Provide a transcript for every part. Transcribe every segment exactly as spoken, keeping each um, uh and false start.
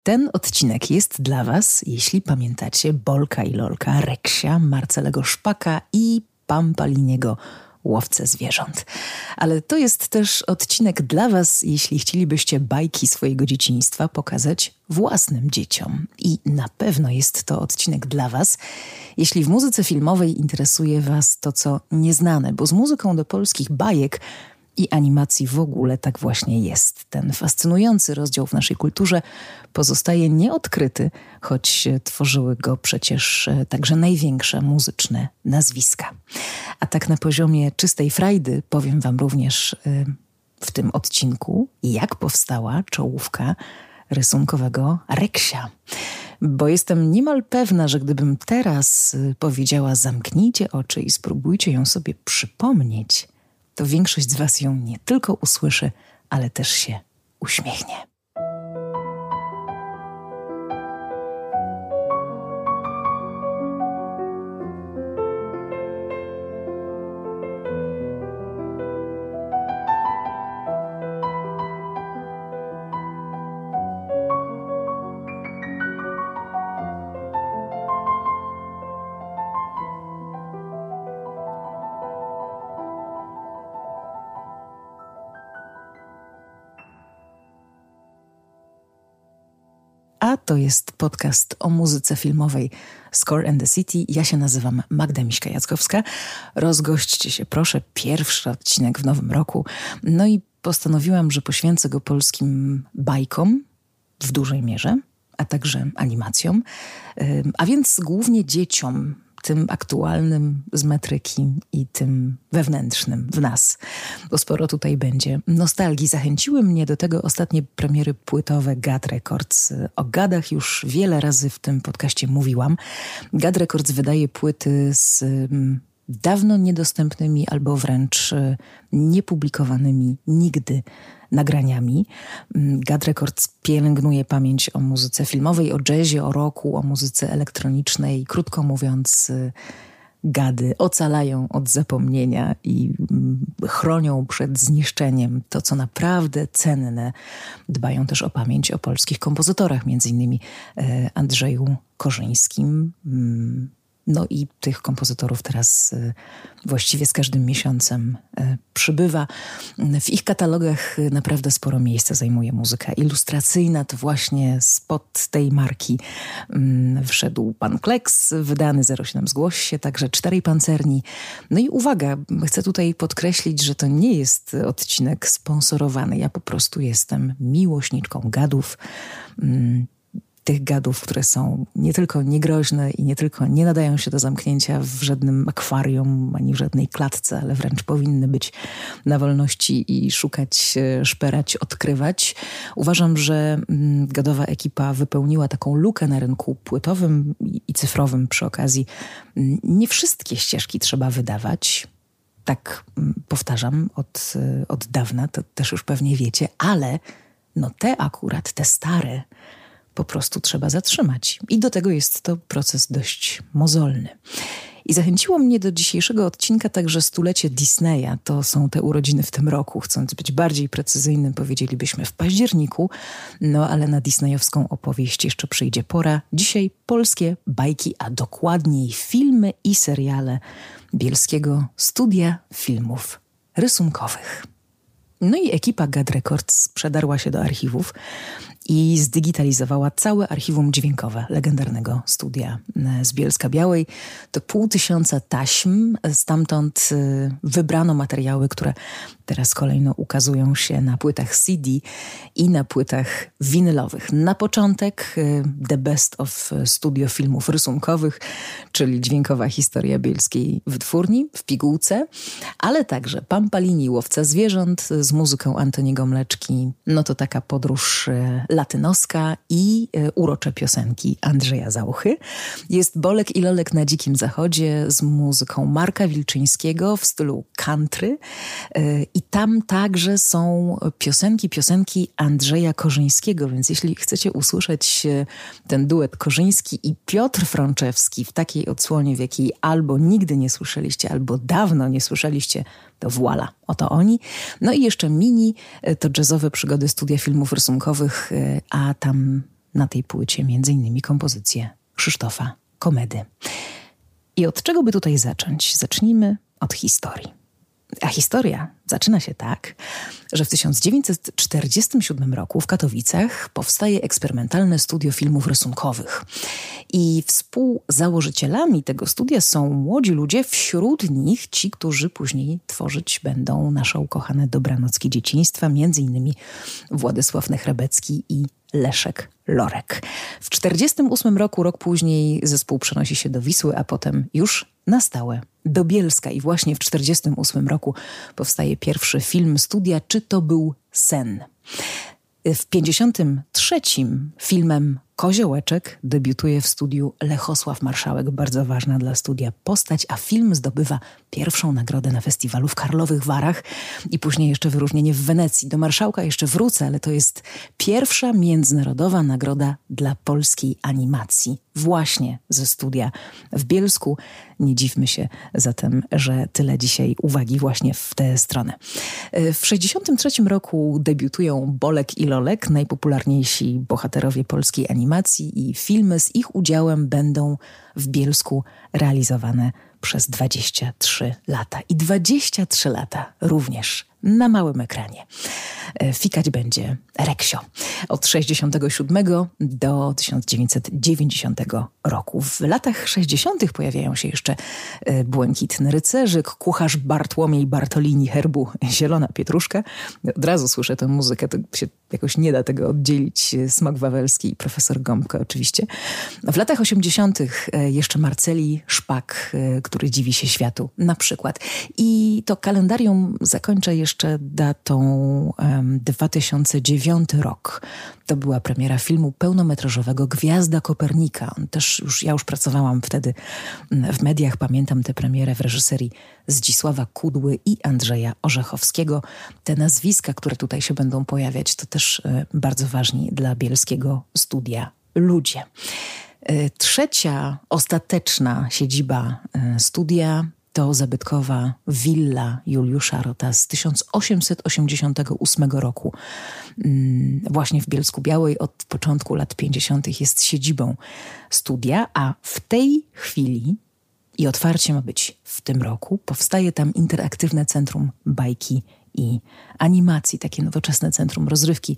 Ten odcinek jest dla Was, jeśli pamiętacie Bolka i Lolka, Reksia, Marcelego Szpaka i Pampaliniego, Łowcę zwierząt. Ale to jest też odcinek dla Was, jeśli chcielibyście bajki swojego dzieciństwa pokazać własnym dzieciom. I na pewno jest to odcinek dla Was, jeśli w muzyce filmowej interesuje Was to, co nieznane, bo z muzyką do polskich bajek i animacji w ogóle tak właśnie jest. Ten fascynujący rozdział w naszej kulturze pozostaje nieodkryty, choć tworzyły go przecież także największe muzyczne nazwiska. A tak na poziomie czystej frajdy powiem Wam również w tym odcinku, jak powstała czołówka rysunkowego Reksia. Bo jestem niemal pewna, że gdybym teraz powiedziała zamknijcie oczy i spróbujcie ją sobie przypomnieć, to większość z Was ją nie tylko usłyszy, ale też się uśmiechnie. A to jest podcast o muzyce filmowej Score and the City. Ja się nazywam Magda Miśka-Jackowska. Rozgośćcie się proszę, pierwszy odcinek w nowym roku. No i postanowiłam, że poświęcę go polskim bajkom w dużej mierze, a także animacjom, a więc głównie dzieciom, tym aktualnym z metryki i tym wewnętrznym w nas, bo sporo tutaj będzie nostalgii. Zachęciły mnie do tego ostatnie premiery płytowe Gad Records. O Gadach już wiele razy w tym podcaście mówiłam. Gad Records wydaje płyty z dawno niedostępnymi albo wręcz niepublikowanymi nigdy nagraniami. Gad Records pielęgnuje pamięć o muzyce filmowej, o jazzie, o rocku, o muzyce elektronicznej. Krótko mówiąc, Gady ocalają od zapomnienia i chronią przed zniszczeniem to, co naprawdę cenne. Dbają też o pamięć o polskich kompozytorach, między innymi Andrzeju Korzyńskim. No i tych kompozytorów teraz właściwie z każdym miesiącem przybywa. W ich katalogach naprawdę sporo miejsca zajmuje muzyka ilustracyjna. To właśnie spod tej marki wszedł Pan Kleks, wydany zero siedem Zgłoś się, także Czterej Pancerni. No i uwaga, chcę tutaj podkreślić, że to nie jest odcinek sponsorowany. Ja po prostu jestem miłośniczką gadów. Tych gadów, które są nie tylko niegroźne i nie tylko nie nadają się do zamknięcia w żadnym akwarium ani w żadnej klatce, ale wręcz powinny być na wolności i szukać, szperać, odkrywać. Uważam, że gadowa ekipa wypełniła taką lukę na rynku płytowym i cyfrowym przy okazji. Nie wszystkie ścieżki trzeba wydawać. Tak powtarzam od, od dawna, to też już pewnie wiecie, ale no te akurat, te stare, po prostu trzeba zatrzymać. I do tego jest to proces dość mozolny. I zachęciło mnie do dzisiejszego odcinka także stulecie Disneya. To są te urodziny w tym roku. Chcąc być bardziej precyzyjnym, powiedzielibyśmy w październiku. No ale na disneyowską opowieść jeszcze przyjdzie pora. Dzisiaj polskie bajki, a dokładniej filmy i seriale Bielskiego Studia Filmów Rysunkowych. No i ekipa Gad Records przedarła się do archiwów i zdigitalizowała całe archiwum dźwiękowe legendarnego studia z Bielska-Białej. To pół tysiąca taśm, stamtąd wybrano materiały, które teraz kolejno ukazują się na płytach C D i na płytach winylowych. Na początek The Best of Studio Filmów Rysunkowych, czyli dźwiękowa historia bielskiej wytwórni w pigułce, ale także Pampalini, Łowca zwierząt z muzyką Antoniego Mleczki. No to taka podróż latynoska i urocze piosenki Andrzeja Zauchy. Jest Bolek i Lolek na Dzikim Zachodzie z muzyką Marka Wilczyńskiego w stylu country i tam także są piosenki, piosenki Andrzeja Korzyńskiego, więc jeśli chcecie usłyszeć ten duet Korzyński i Piotr Frączewski w takiej odsłonie, w jakiej albo nigdy nie słyszeliście, albo dawno nie słyszeliście, to voila, oto oni. No i jeszcze Mini, to jazzowe przygody Studia Filmów Rysunkowych, a tam na tej płycie między innymi kompozycje Krzysztofa Komedy. I od czego by tutaj zacząć? Zacznijmy od historii. A historia zaczyna się tak, że w tysiąc dziewięćset czterdziestym siódmym roku w Katowicach powstaje eksperymentalne studio filmów rysunkowych. I współzałożycielami tego studia są młodzi ludzie, wśród nich ci, którzy później tworzyć będą nasze ukochane dobranocki dzieciństwa, między innymi Władysław Nechrebecki i Leszek Lorek. W czterdziestym ósmym roku, rok później, zespół przenosi się do Wisły, a potem już na stałe do Bielska. I właśnie w czterdziestym ósmym roku powstaje pierwszy film studia Czy to był sen? W pięćdziesiątym trzecim filmem Koziołeczek debiutuje w studiu Lechosław Marszałek, bardzo ważna dla studia postać, a film zdobywa pierwszą nagrodę na festiwalu w Karlowych Warach i później jeszcze wyróżnienie w Wenecji. Do Marszałka jeszcze wrócę, ale to jest pierwsza międzynarodowa nagroda dla polskiej animacji właśnie ze studia w Bielsku. Nie dziwmy się zatem, że tyle dzisiaj uwagi właśnie w tę stronę. W sześćdziesiątym trzecim roku debiutują Bolek i Lolek, najpopularniejsi bohaterowie polskiej animacji, i filmy z ich udziałem będą w Bielsku realizowane przez dwadzieścia trzy lata. I dwadzieścia trzy lata również na małym ekranie fikać będzie Reksio. Od sześćdziesiątego siódmego do tysiąc dziewięćset dziewięćdziesiątego roku. W latach sześćdziesiątych pojawiają się jeszcze Błękitny Rycerzyk, kucharz Bartłomiej Bartolini herbu Zielona Pietruszka. Od razu słyszę tę muzykę, to się jakoś nie da tego oddzielić. Smok Wawelski i profesor Gąbka oczywiście. W latach osiemdziesiątych jeszcze Marceli Szpak, który dziwi się światu na przykład. I to kalendarium zakończę jeszcze datą um, dwa tysiące dziewiąty rok. To była premiera filmu pełnometrażowego Gwiazda Kopernika. On też już, ja już pracowałam wtedy w mediach. Pamiętam tę premierę w reżyserii Zdzisława Kudły i Andrzeja Orzechowskiego. Te nazwiska, które tutaj się będą pojawiać, to też e, bardzo ważni dla bielskiego studia ludzie. E, trzecia, ostateczna siedziba e, studia to zabytkowa willa Juliusza Rota z tysiąc osiemset osiemdziesiątego ósmego roku. Właśnie w Bielsku Białej od początku lat pięćdziesiątych jest siedzibą studia, a w tej chwili, i otwarcie ma być w tym roku, powstaje tam interaktywne centrum bajki i animacji, takie nowoczesne centrum rozrywki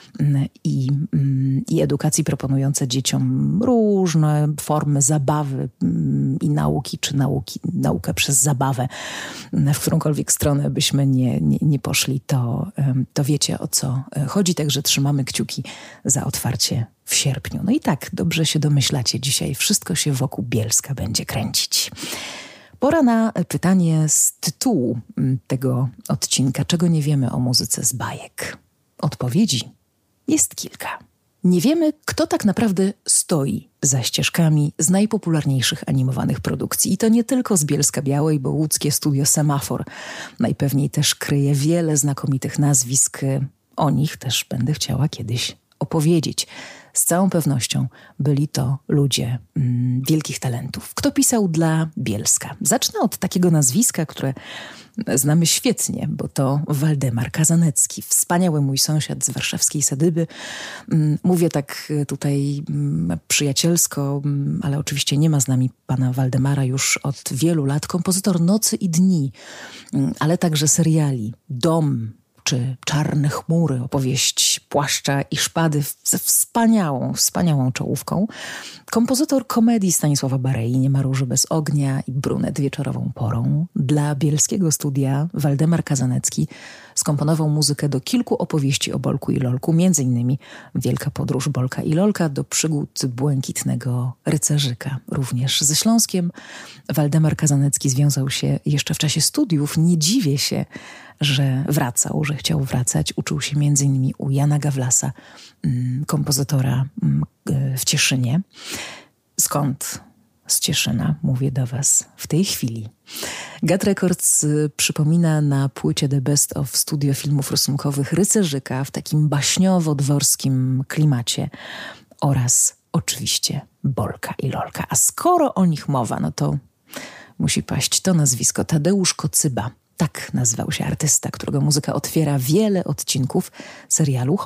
i, i edukacji, proponujące dzieciom różne formy zabawy i nauki, czy nauki, naukę przez zabawę. W którąkolwiek stronę byśmy nie, nie, nie poszli, to, to wiecie, o co chodzi. Także trzymamy kciuki za otwarcie w sierpniu. No i tak, dobrze się domyślacie, dzisiaj wszystko się wokół Bielska będzie kręcić. Pora na pytanie z tytułu tego odcinka. Czego nie wiemy o muzyce z bajek? Odpowiedzi jest kilka. Nie wiemy, kto tak naprawdę stoi za ścieżkami z najpopularniejszych animowanych produkcji. I to nie tylko z Bielska Białej, bo łódzkie studio Semafor najpewniej też kryje wiele znakomitych nazwisk. O nich też będę chciała kiedyś opowiedzieć. Z całą pewnością byli to ludzie mm, wielkich talentów. Kto pisał dla Bielska? Zacznę od takiego nazwiska, które znamy świetnie, bo to Waldemar Kazanecki, wspaniały mój sąsiad z warszawskiej Sadyby. Mówię tak tutaj przyjacielsko, ale oczywiście nie ma z nami pana Waldemara już od wielu lat. Kompozytor Nocy i Dni, ale także seriali Dom czy Czarne chmury, opowieść Płaszcza i Szpady ze wspaniałą, wspaniałą czołówką. Kompozytor komedii Stanisława Barei, Nie ma róży bez ognia i Brunet wieczorową porą. Dla bielskiego studia Waldemar Kazanecki skomponował muzykę do kilku opowieści o Bolku i Lolku, między innymi Wielka podróż Bolka i Lolka, do przygód Błękitnego Rycerzyka. Również ze Śląskiem Waldemar Kazanecki związał się jeszcze w czasie studiów. Nie dziwię się, że wracał, że chciał wracać. Uczył się między innymi u Jana Gawlasa, kompozytora w Cieszynie. Skąd z Cieszyna mówię do was w tej chwili. Gat Records przypomina na płycie The Best of Studio Filmów Rysunkowych Rycerzyka w takim baśniowo-dworskim klimacie oraz oczywiście Bolka i Lolka. A skoro o nich mowa, no to musi paść to nazwisko. Tadeusz Kocyba. Tak nazywał się artysta, którego muzyka otwiera wiele odcinków serialu, choć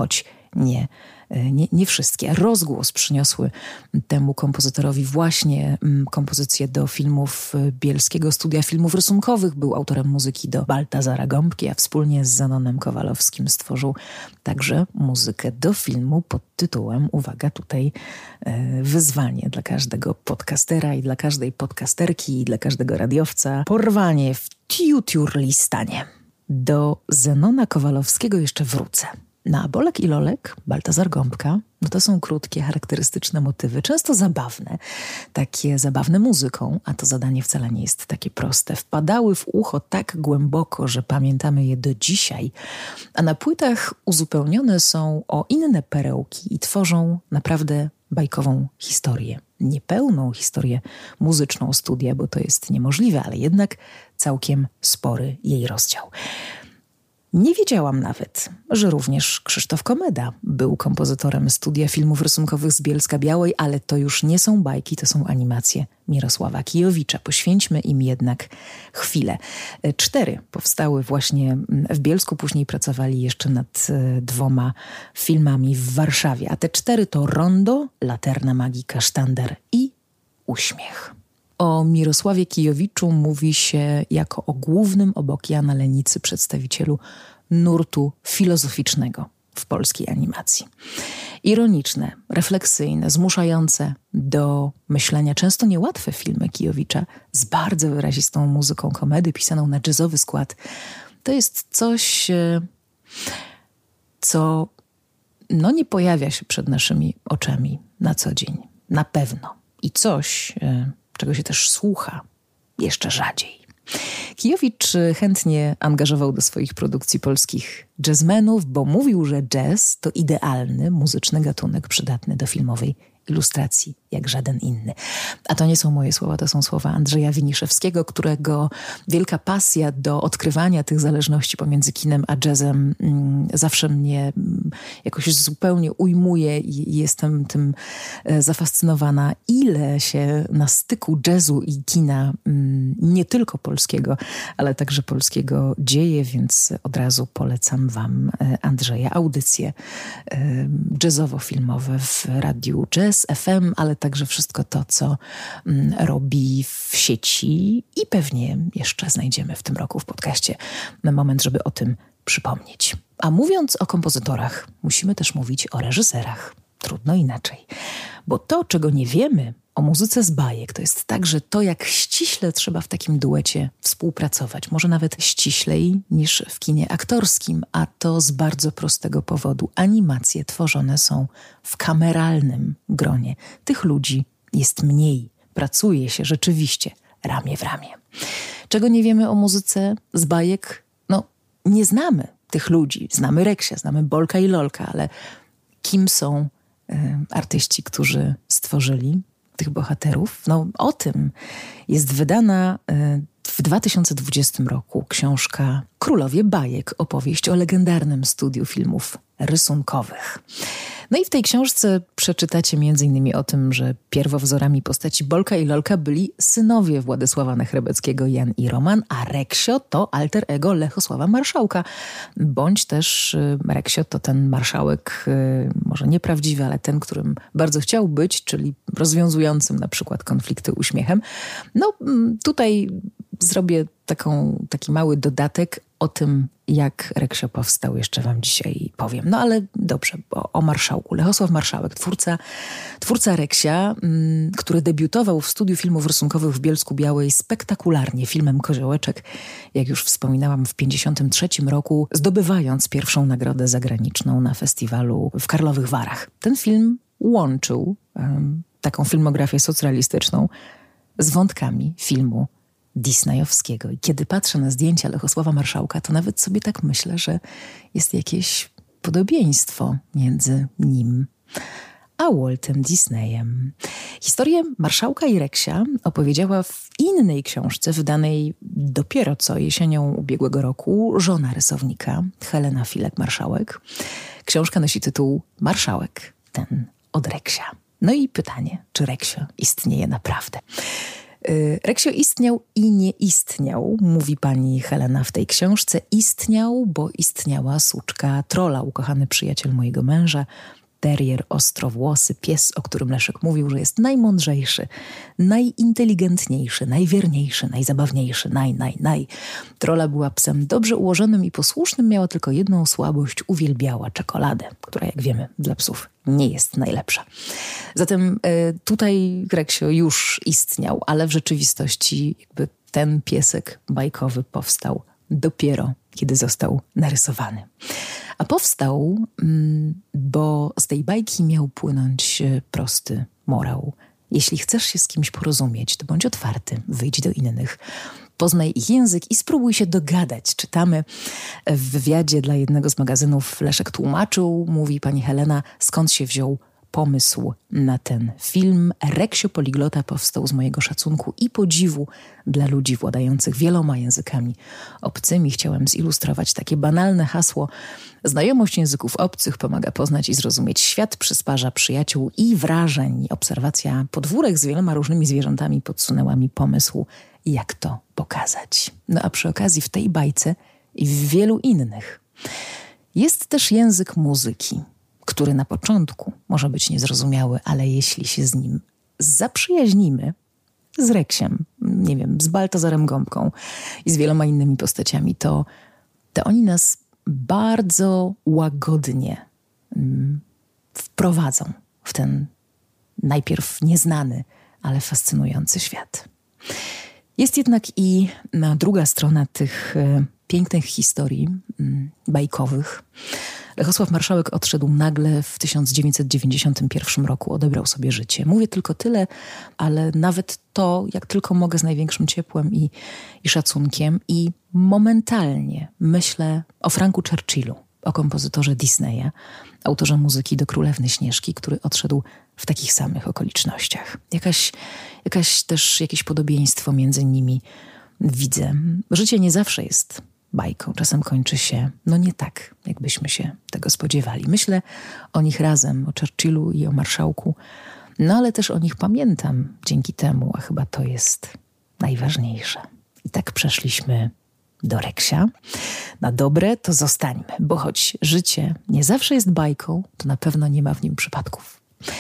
nie, nie, nie wszystkie. Rozgłos przyniosły temu kompozytorowi właśnie kompozycje do filmów Bielskiego Studia Filmów Rysunkowych. Był autorem muzyki do Baltazara Gąbki, a wspólnie z Zenonem Kowalowskim stworzył także muzykę do filmu pod tytułem, uwaga, tutaj wyzwanie dla każdego podcastera i dla każdej podcasterki i dla każdego radiowca. Porwanie w Tiuturlistanie. Do Zenona Kowalowskiego jeszcze wrócę. Na Bolek i Lolek, Baltazar Gąbka, no to są krótkie, charakterystyczne motywy, często zabawne, takie zabawne muzyką, a to zadanie wcale nie jest takie proste. Wpadały w ucho tak głęboko, że pamiętamy je do dzisiaj, a na płytach uzupełnione są o inne perełki i tworzą naprawdę bajkową historię. Niepełną historię muzyczną studia, bo to jest niemożliwe, ale jednak całkiem spory jej rozdział. Nie wiedziałam nawet, że również Krzysztof Komeda był kompozytorem Studia Filmów Rysunkowych z Bielska-Białej, ale to już nie są bajki, to są animacje Mirosława Kijowicza. Poświęćmy im jednak chwilę. Cztery powstały właśnie w Bielsku, później pracowali jeszcze nad dwoma filmami w Warszawie, a te cztery to Rondo, Laterna Magika, Sztandar i Uśmiech. O Mirosławie Kijowiczu mówi się jako o głównym obok Jana Lenicy przedstawicielu nurtu filozoficznego w polskiej animacji. Ironiczne, refleksyjne, zmuszające do myślenia, często niełatwe filmy Kijowicza z bardzo wyrazistą muzyką komedy pisaną na jazzowy skład. To jest coś, co no nie pojawia się przed naszymi oczami na co dzień. Na pewno. I coś, czego się też słucha jeszcze rzadziej. Kijowicz chętnie angażował do swoich produkcji polskich jazzmenów, bo mówił, że jazz to idealny muzyczny gatunek przydatny do filmowej ilustracji, jak żaden inny. A to nie są moje słowa, to są słowa Andrzeja Winiszewskiego, którego wielka pasja do odkrywania tych zależności pomiędzy kinem a jazzem mm, zawsze mnie mm, jakoś zupełnie ujmuje i jestem tym e, zafascynowana, ile się na styku jazzu i kina mm, nie tylko polskiego, ale także polskiego dzieje, więc od razu polecam wam e, Andrzeja audycje e, jazzowo-filmowe w Radiu Jazz F M, ale także wszystko to, co mm, robi w sieci i pewnie jeszcze znajdziemy w tym roku w podcaście moment, żeby o tym przypomnieć. A mówiąc o kompozytorach, musimy też mówić o reżyserach. Trudno inaczej. Bo to, czego nie wiemy o muzyce z bajek, to jest także to, jak ściśle trzeba w takim duecie współpracować. Może nawet ściślej niż w kinie aktorskim, a to z bardzo prostego powodu. Animacje tworzone są w kameralnym gronie. Tych ludzi jest mniej. Pracuje się rzeczywiście ramię w ramię. Czego nie wiemy o muzyce z bajek? No, nie znamy tych ludzi. Znamy Reksia, znamy Bolka i Lolka, ale kim są y, artyści, którzy stworzyli tych bohaterów? No o tym jest wydana y, w dwa tysiące dwudziestym roku książka Królowie Bajek, opowieść o legendarnym studiu filmów rysunkowych. No i w tej książce przeczytacie między innymi o tym, że pierwowzorami postaci Bolka i Lolka byli synowie Władysława Nechrebeckiego, Jan i Roman, a Reksio to alter ego Lechosława Marszałka. Bądź też y, Reksio to ten marszałek, y, może nieprawdziwy, ale ten, którym bardzo chciał być, czyli rozwiązującym na przykład konflikty uśmiechem. No y, tutaj zrobię taką, taki mały dodatek o tym, jak Reksio powstał, jeszcze wam dzisiaj powiem. No ale dobrze, bo o marszałku. Lechosław Marszałek, twórca, twórca Reksia, m, który debiutował w Studiu Filmów Rysunkowych w Bielsku-Białej spektakularnie filmem Koziołeczek, jak już wspominałam, w pięćdziesiątym trzecim roku, zdobywając pierwszą nagrodę zagraniczną na festiwalu w Karlowych Warach. Ten film łączył um, taką filmografię socrealistyczną z wątkami filmu disneyowskiego. I kiedy patrzę na zdjęcia Lechosława Marszałka, to nawet sobie tak myślę, że jest jakieś podobieństwo między nim a Waltem Disneyem. Historię Marszałka i Reksia opowiedziała w innej książce, wydanej dopiero co jesienią ubiegłego roku, żona rysownika, Helena Filek-Marszałek. Książka nosi tytuł Marszałek, ten od Reksia. No i pytanie, czy Reksio istnieje naprawdę? Reksio istniał i nie istniał, mówi pani Helena w tej książce. Istniał, bo istniała suczka Trola, ukochany przyjaciel mojego męża, terrier ostrowłosy, pies, o którym Leszek mówił, że jest najmądrzejszy, najinteligentniejszy, najwierniejszy, najzabawniejszy, naj, naj, naj. Trola była psem dobrze ułożonym i posłusznym, miała tylko jedną słabość, uwielbiała czekoladę, która, jak wiemy, dla psów nie jest najlepsza. Zatem y, tutaj Reksio już istniał, ale w rzeczywistości jakby ten piesek bajkowy powstał dopiero, kiedy został narysowany. A powstał, bo z tej bajki miał płynąć prosty morał. Jeśli chcesz się z kimś porozumieć, to bądź otwarty, wyjdź do innych, poznaj ich język i spróbuj się dogadać. Czytamy w wywiadzie dla jednego z magazynów, Leszek tłumaczył, mówi pani Helena, skąd się wziął pomysł na ten film. Reksio Poliglota powstał z mojego szacunku i podziwu dla ludzi władających wieloma językami obcymi. Chciałem zilustrować takie banalne hasło. Znajomość języków obcych pomaga poznać i zrozumieć świat, przysparza przyjaciół i wrażeń. Obserwacja podwórek z wieloma różnymi zwierzętami podsunęła mi pomysł, jak to pokazać. No a przy okazji w tej bajce i w wielu innych jest też język muzyki, który na początku może być niezrozumiały, ale jeśli się z nim zaprzyjaźnimy, z Reksiem, nie wiem, z Baltazarem Gąbką i z wieloma innymi postaciami, to, to oni nas bardzo łagodnie mm, wprowadzą w ten najpierw nieznany, ale fascynujący świat. Jest jednak i druga strona tych y, pięknych historii y, bajkowych. Lechosław Marszałek odszedł nagle w tysiąc dziewięćset dziewięćdziesiątym pierwszym roku, odebrał sobie życie. Mówię tylko tyle, ale nawet to, jak tylko mogę, z największym ciepłem i, i szacunkiem. I momentalnie myślę o Franku Churchillu, o kompozytorze Disneya, autorze muzyki do Królewny Śnieżki, który odszedł w takich samych okolicznościach. Jakaś, jakaś też jakieś podobieństwo między nimi widzę. Życie nie zawsze jest bajką. Czasem kończy się, no nie tak, jakbyśmy się tego spodziewali. Myślę o nich razem, o Churchillu i o Marszałku, no ale też o nich pamiętam dzięki temu, a chyba to jest najważniejsze. I tak przeszliśmy do Reksia. Na dobre to zostańmy, bo choć życie nie zawsze jest bajką, to na pewno nie ma w nim przypadków.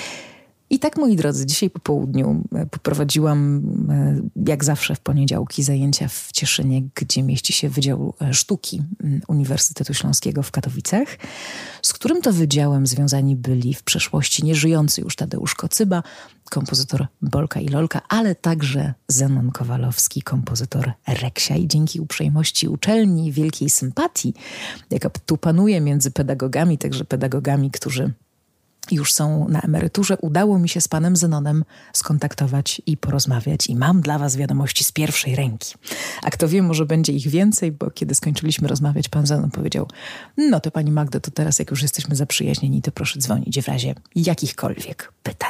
I tak, moi drodzy, dzisiaj po południu poprowadziłam, jak zawsze w poniedziałki, zajęcia w Cieszynie, gdzie mieści się Wydział Sztuki Uniwersytetu Śląskiego w Katowicach, z którym to wydziałem związani byli w przeszłości nieżyjący już Tadeusz Kocyba, kompozytor Bolka i Lolka, ale także Zenon Kowalowski, kompozytor Reksia. I dzięki uprzejmości uczelni, wielkiej sympatii, jaka tu panuje między pedagogami, także pedagogami, którzy już są na emeryturze, udało mi się z panem Zenonem skontaktować i porozmawiać. I mam dla was wiadomości z pierwszej ręki. A kto wie, może będzie ich więcej, bo kiedy skończyliśmy rozmawiać, pan Zenon powiedział: no to pani Magdo, to teraz jak już jesteśmy zaprzyjaźnieni, to proszę dzwonić w razie jakichkolwiek pytań.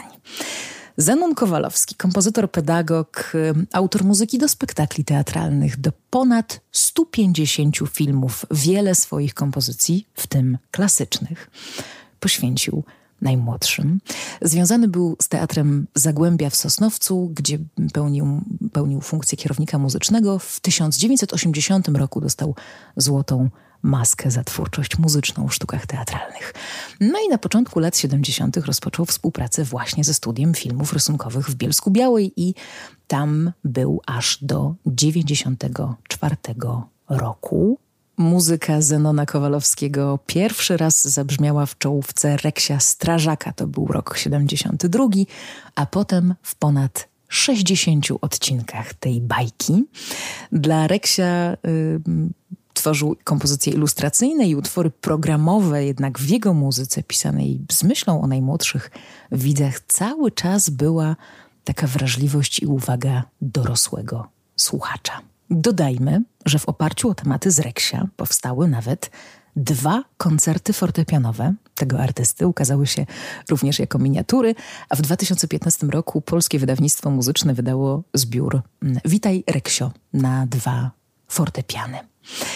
Zenon Kowalowski, kompozytor, pedagog, autor muzyki do spektakli teatralnych, do ponad stu pięćdziesięciu filmów. Wiele swoich kompozycji, w tym klasycznych, poświęcił najmłodszym. Związany był z Teatrem Zagłębia w Sosnowcu, gdzie pełnił, pełnił funkcję kierownika muzycznego. W tysiąc dziewięćset osiemdziesiątym roku dostał Złotą Maskę za twórczość muzyczną w sztukach teatralnych. No i na początku lat siedemdziesiątych rozpoczął współpracę właśnie ze studiem filmów rysunkowych w Bielsku-Białej i tam był aż do dziewięćdziesiątego czwartego roku. Muzyka Zenona Kowalowskiego pierwszy raz zabrzmiała w czołówce Reksia Strażaka, to był rok siedemdziesiąty drugi, a potem w ponad sześćdziesięciu odcinkach tej bajki. Dla Reksia y, tworzył kompozycje ilustracyjne i utwory programowe, jednak w jego muzyce pisanej z myślą o najmłodszych widzach cały czas była taka wrażliwość i uwaga dorosłego słuchacza. Dodajmy, że w oparciu o tematy z Reksia powstały nawet dwa koncerty fortepianowe tego artysty. Ukazały się również jako miniatury, a w dwa tysiące piętnastym roku Polskie Wydawnictwo Muzyczne wydało zbiór Witaj Reksio na dwa fortepiany.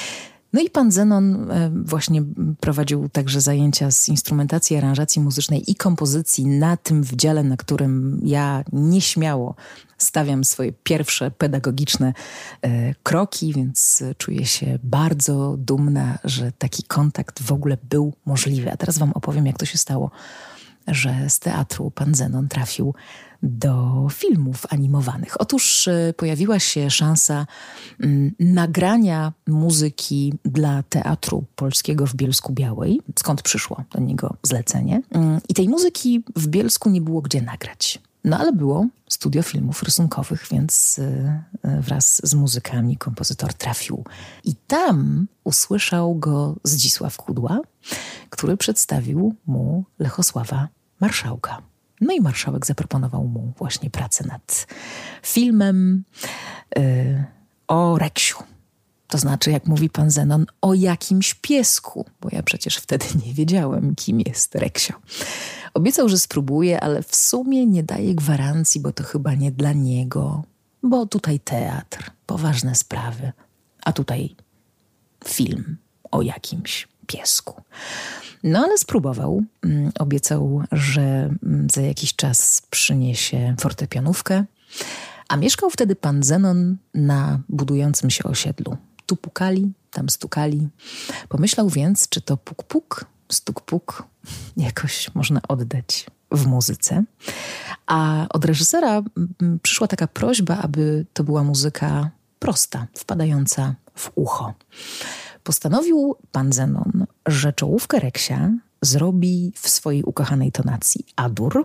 No i pan Zenon właśnie prowadził także zajęcia z instrumentacji, aranżacji muzycznej i kompozycji na tym wydziale, na którym ja nieśmiało stawiam swoje pierwsze pedagogiczne e, kroki, więc czuję się bardzo dumna, że taki kontakt w ogóle był możliwy. A teraz wam opowiem, jak to się stało, że z teatru pan Zenon trafił do filmów animowanych. Otóż y, pojawiła się szansa y, nagrania muzyki dla Teatru Polskiego w Bielsku-Białej, skąd przyszło do niego zlecenie. Y, I tej muzyki w Bielsku nie było gdzie nagrać. No ale było studio filmów rysunkowych, więc y, y, wraz z muzykami kompozytor trafił. I tam usłyszał go Zdzisław Kudła, który przedstawił mu Lechosława Marszałka. No i marszałek zaproponował mu właśnie pracę nad filmem y, o Reksiu. To znaczy, jak mówi pan Zenon, o jakimś piesku, bo ja przecież wtedy nie wiedziałem, kim jest Reksio. Obiecał, że spróbuje, ale w sumie nie daje gwarancji, bo to chyba nie dla niego, bo tutaj teatr, poważne sprawy, a tutaj film o jakimś piesku. No ale spróbował. Obiecał, że za jakiś czas przyniesie fortepianówkę, a mieszkał wtedy pan Zenon na budującym się osiedlu. Tu pukali, tam stukali. Pomyślał więc, czy to puk-puk, stuk-puk jakoś można oddać w muzyce. A od reżysera przyszła taka prośba, aby to była muzyka prosta, wpadająca w ucho. Postanowił pan Zenon, że czołówkę Reksia zrobi w swojej ukochanej tonacji A-dur,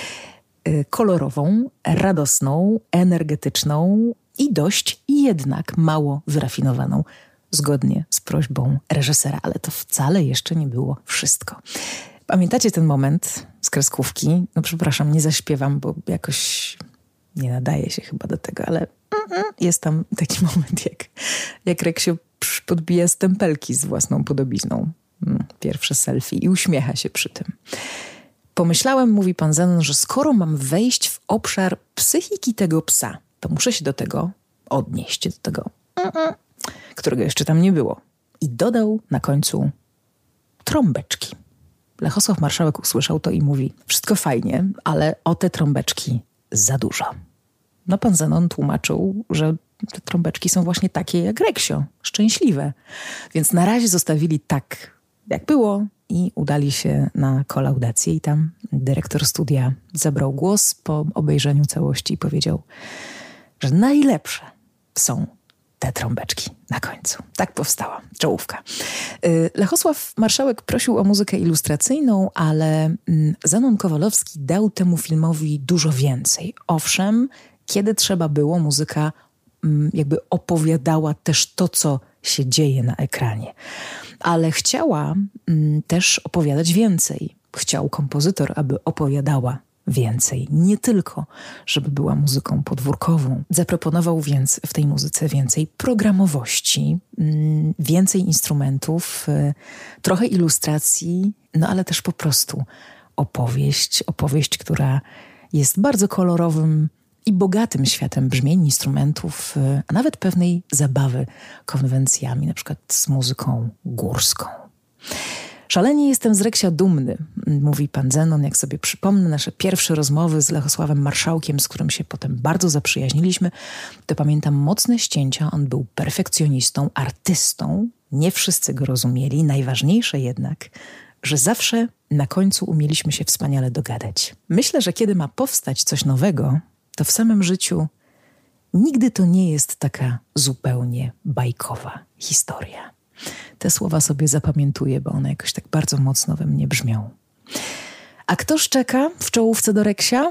kolorową, radosną, energetyczną i dość jednak mało wyrafinowaną, zgodnie z prośbą reżysera. Ale to wcale jeszcze nie było wszystko. Pamiętacie ten moment z kreskówki? No przepraszam, nie zaśpiewam, bo jakoś nie nadaje się chyba do tego, ale jest tam taki moment, jak, jak Reksio podbija stempelki z własną podobizną. Pierwsze selfie i uśmiecha się przy tym. Pomyślałem, mówi pan Zenon, że skoro mam wejść w obszar psychiki tego psa, to muszę się do tego odnieść, do tego, którego jeszcze tam nie było. I dodał na końcu trąbeczki. Lechosław Marszałek usłyszał to i mówi, wszystko fajnie, ale o te trąbeczki za dużo. No pan Zenon tłumaczył, że te trąbeczki są właśnie takie jak Reksio, szczęśliwe. Więc na razie zostawili tak, jak było i udali się na kolaudację. I tam dyrektor studia zabrał głos po obejrzeniu całości i powiedział, że najlepsze są te trąbeczki na końcu. Tak powstała czołówka. Lechosław Marszałek prosił o muzykę ilustracyjną, ale Zenon Kowalowski dał temu filmowi dużo więcej. Owszem, kiedy trzeba było, muzyka jakby opowiadała też to, co się dzieje na ekranie. Ale chciała też opowiadać więcej. Chciał kompozytor, aby opowiadała więcej. Nie tylko, żeby była muzyką podwórkową. Zaproponował więc w tej muzyce więcej programowości, więcej instrumentów, trochę ilustracji, no ale też po prostu opowieść. Opowieść, która jest bardzo kolorowym i bogatym światem brzmień, instrumentów, a nawet pewnej zabawy konwencjami, na przykład z muzyką górską. Szalenie jestem z Reksia dumny, mówi pan Zenon, jak sobie przypomnę nasze pierwsze rozmowy z Lechosławem Marszałkiem, z którym się potem bardzo zaprzyjaźniliśmy, to pamiętam mocne ścięcia. On był perfekcjonistą, artystą, nie wszyscy go rozumieli. Najważniejsze jednak, że zawsze na końcu umieliśmy się wspaniale dogadać. Myślę, że kiedy ma powstać coś nowego, to w samym życiu nigdy to nie jest taka zupełnie bajkowa historia. Te słowa sobie zapamiętuję, bo one jakoś tak bardzo mocno we mnie brzmią. A ktoż czeka w czołówce do Reksia?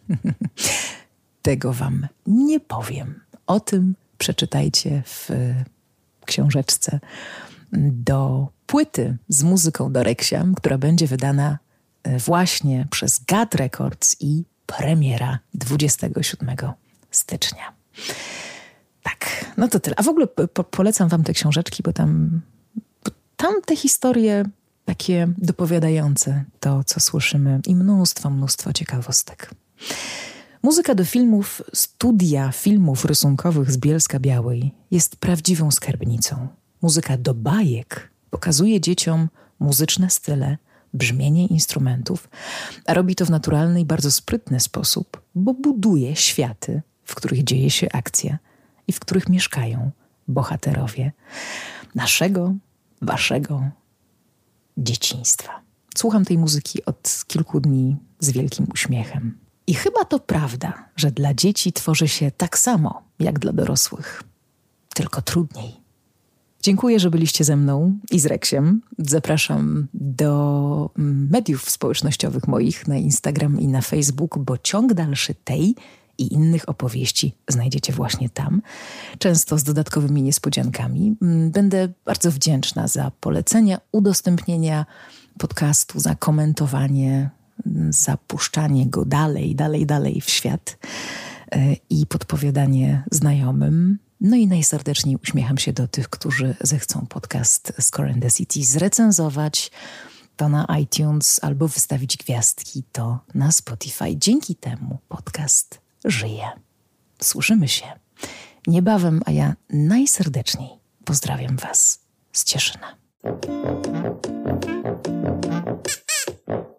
Tego wam nie powiem. O tym przeczytajcie w książeczce do płyty z muzyką do Reksia, która będzie wydana właśnie przez Gad Records i premiera dwudziestego siódmego stycznia. Tak, no to tyle. A w ogóle po- polecam wam te książeczki, bo tam, bo tam te historie takie dopowiadające to, co słyszymy i mnóstwo, mnóstwo ciekawostek. Muzyka do filmów Studia Filmów Rysunkowych z Bielska-Białej jest prawdziwą skarbnicą. Muzyka do bajek pokazuje dzieciom muzyczne style, brzmienie instrumentów, a robi to w naturalny i bardzo sprytny sposób, bo buduje światy, w których dzieje się akcja i w których mieszkają bohaterowie naszego, waszego dzieciństwa. Słucham tej muzyki od kilku dni z wielkim uśmiechem. I chyba to prawda, że dla dzieci tworzy się tak samo jak dla dorosłych, tylko trudniej. Dziękuję, że byliście ze mną i z Reksiem. Zapraszam do mediów społecznościowych moich na Instagram i na Facebook, bo ciąg dalszy tej i innych opowieści znajdziecie właśnie tam, często z dodatkowymi niespodziankami. Będę bardzo wdzięczna za polecenia, udostępnienia podcastu, za komentowanie, za puszczanie go dalej, dalej, dalej w świat i podpowiadanie znajomym. No i najserdeczniej uśmiecham się do tych, którzy zechcą podcast Score and the City zrecenzować, to na iTunes, albo wystawić gwiazdki, to na Spotify. Dzięki temu podcast żyje. Słyszymy się niebawem, a ja najserdeczniej pozdrawiam was z Cieszyna.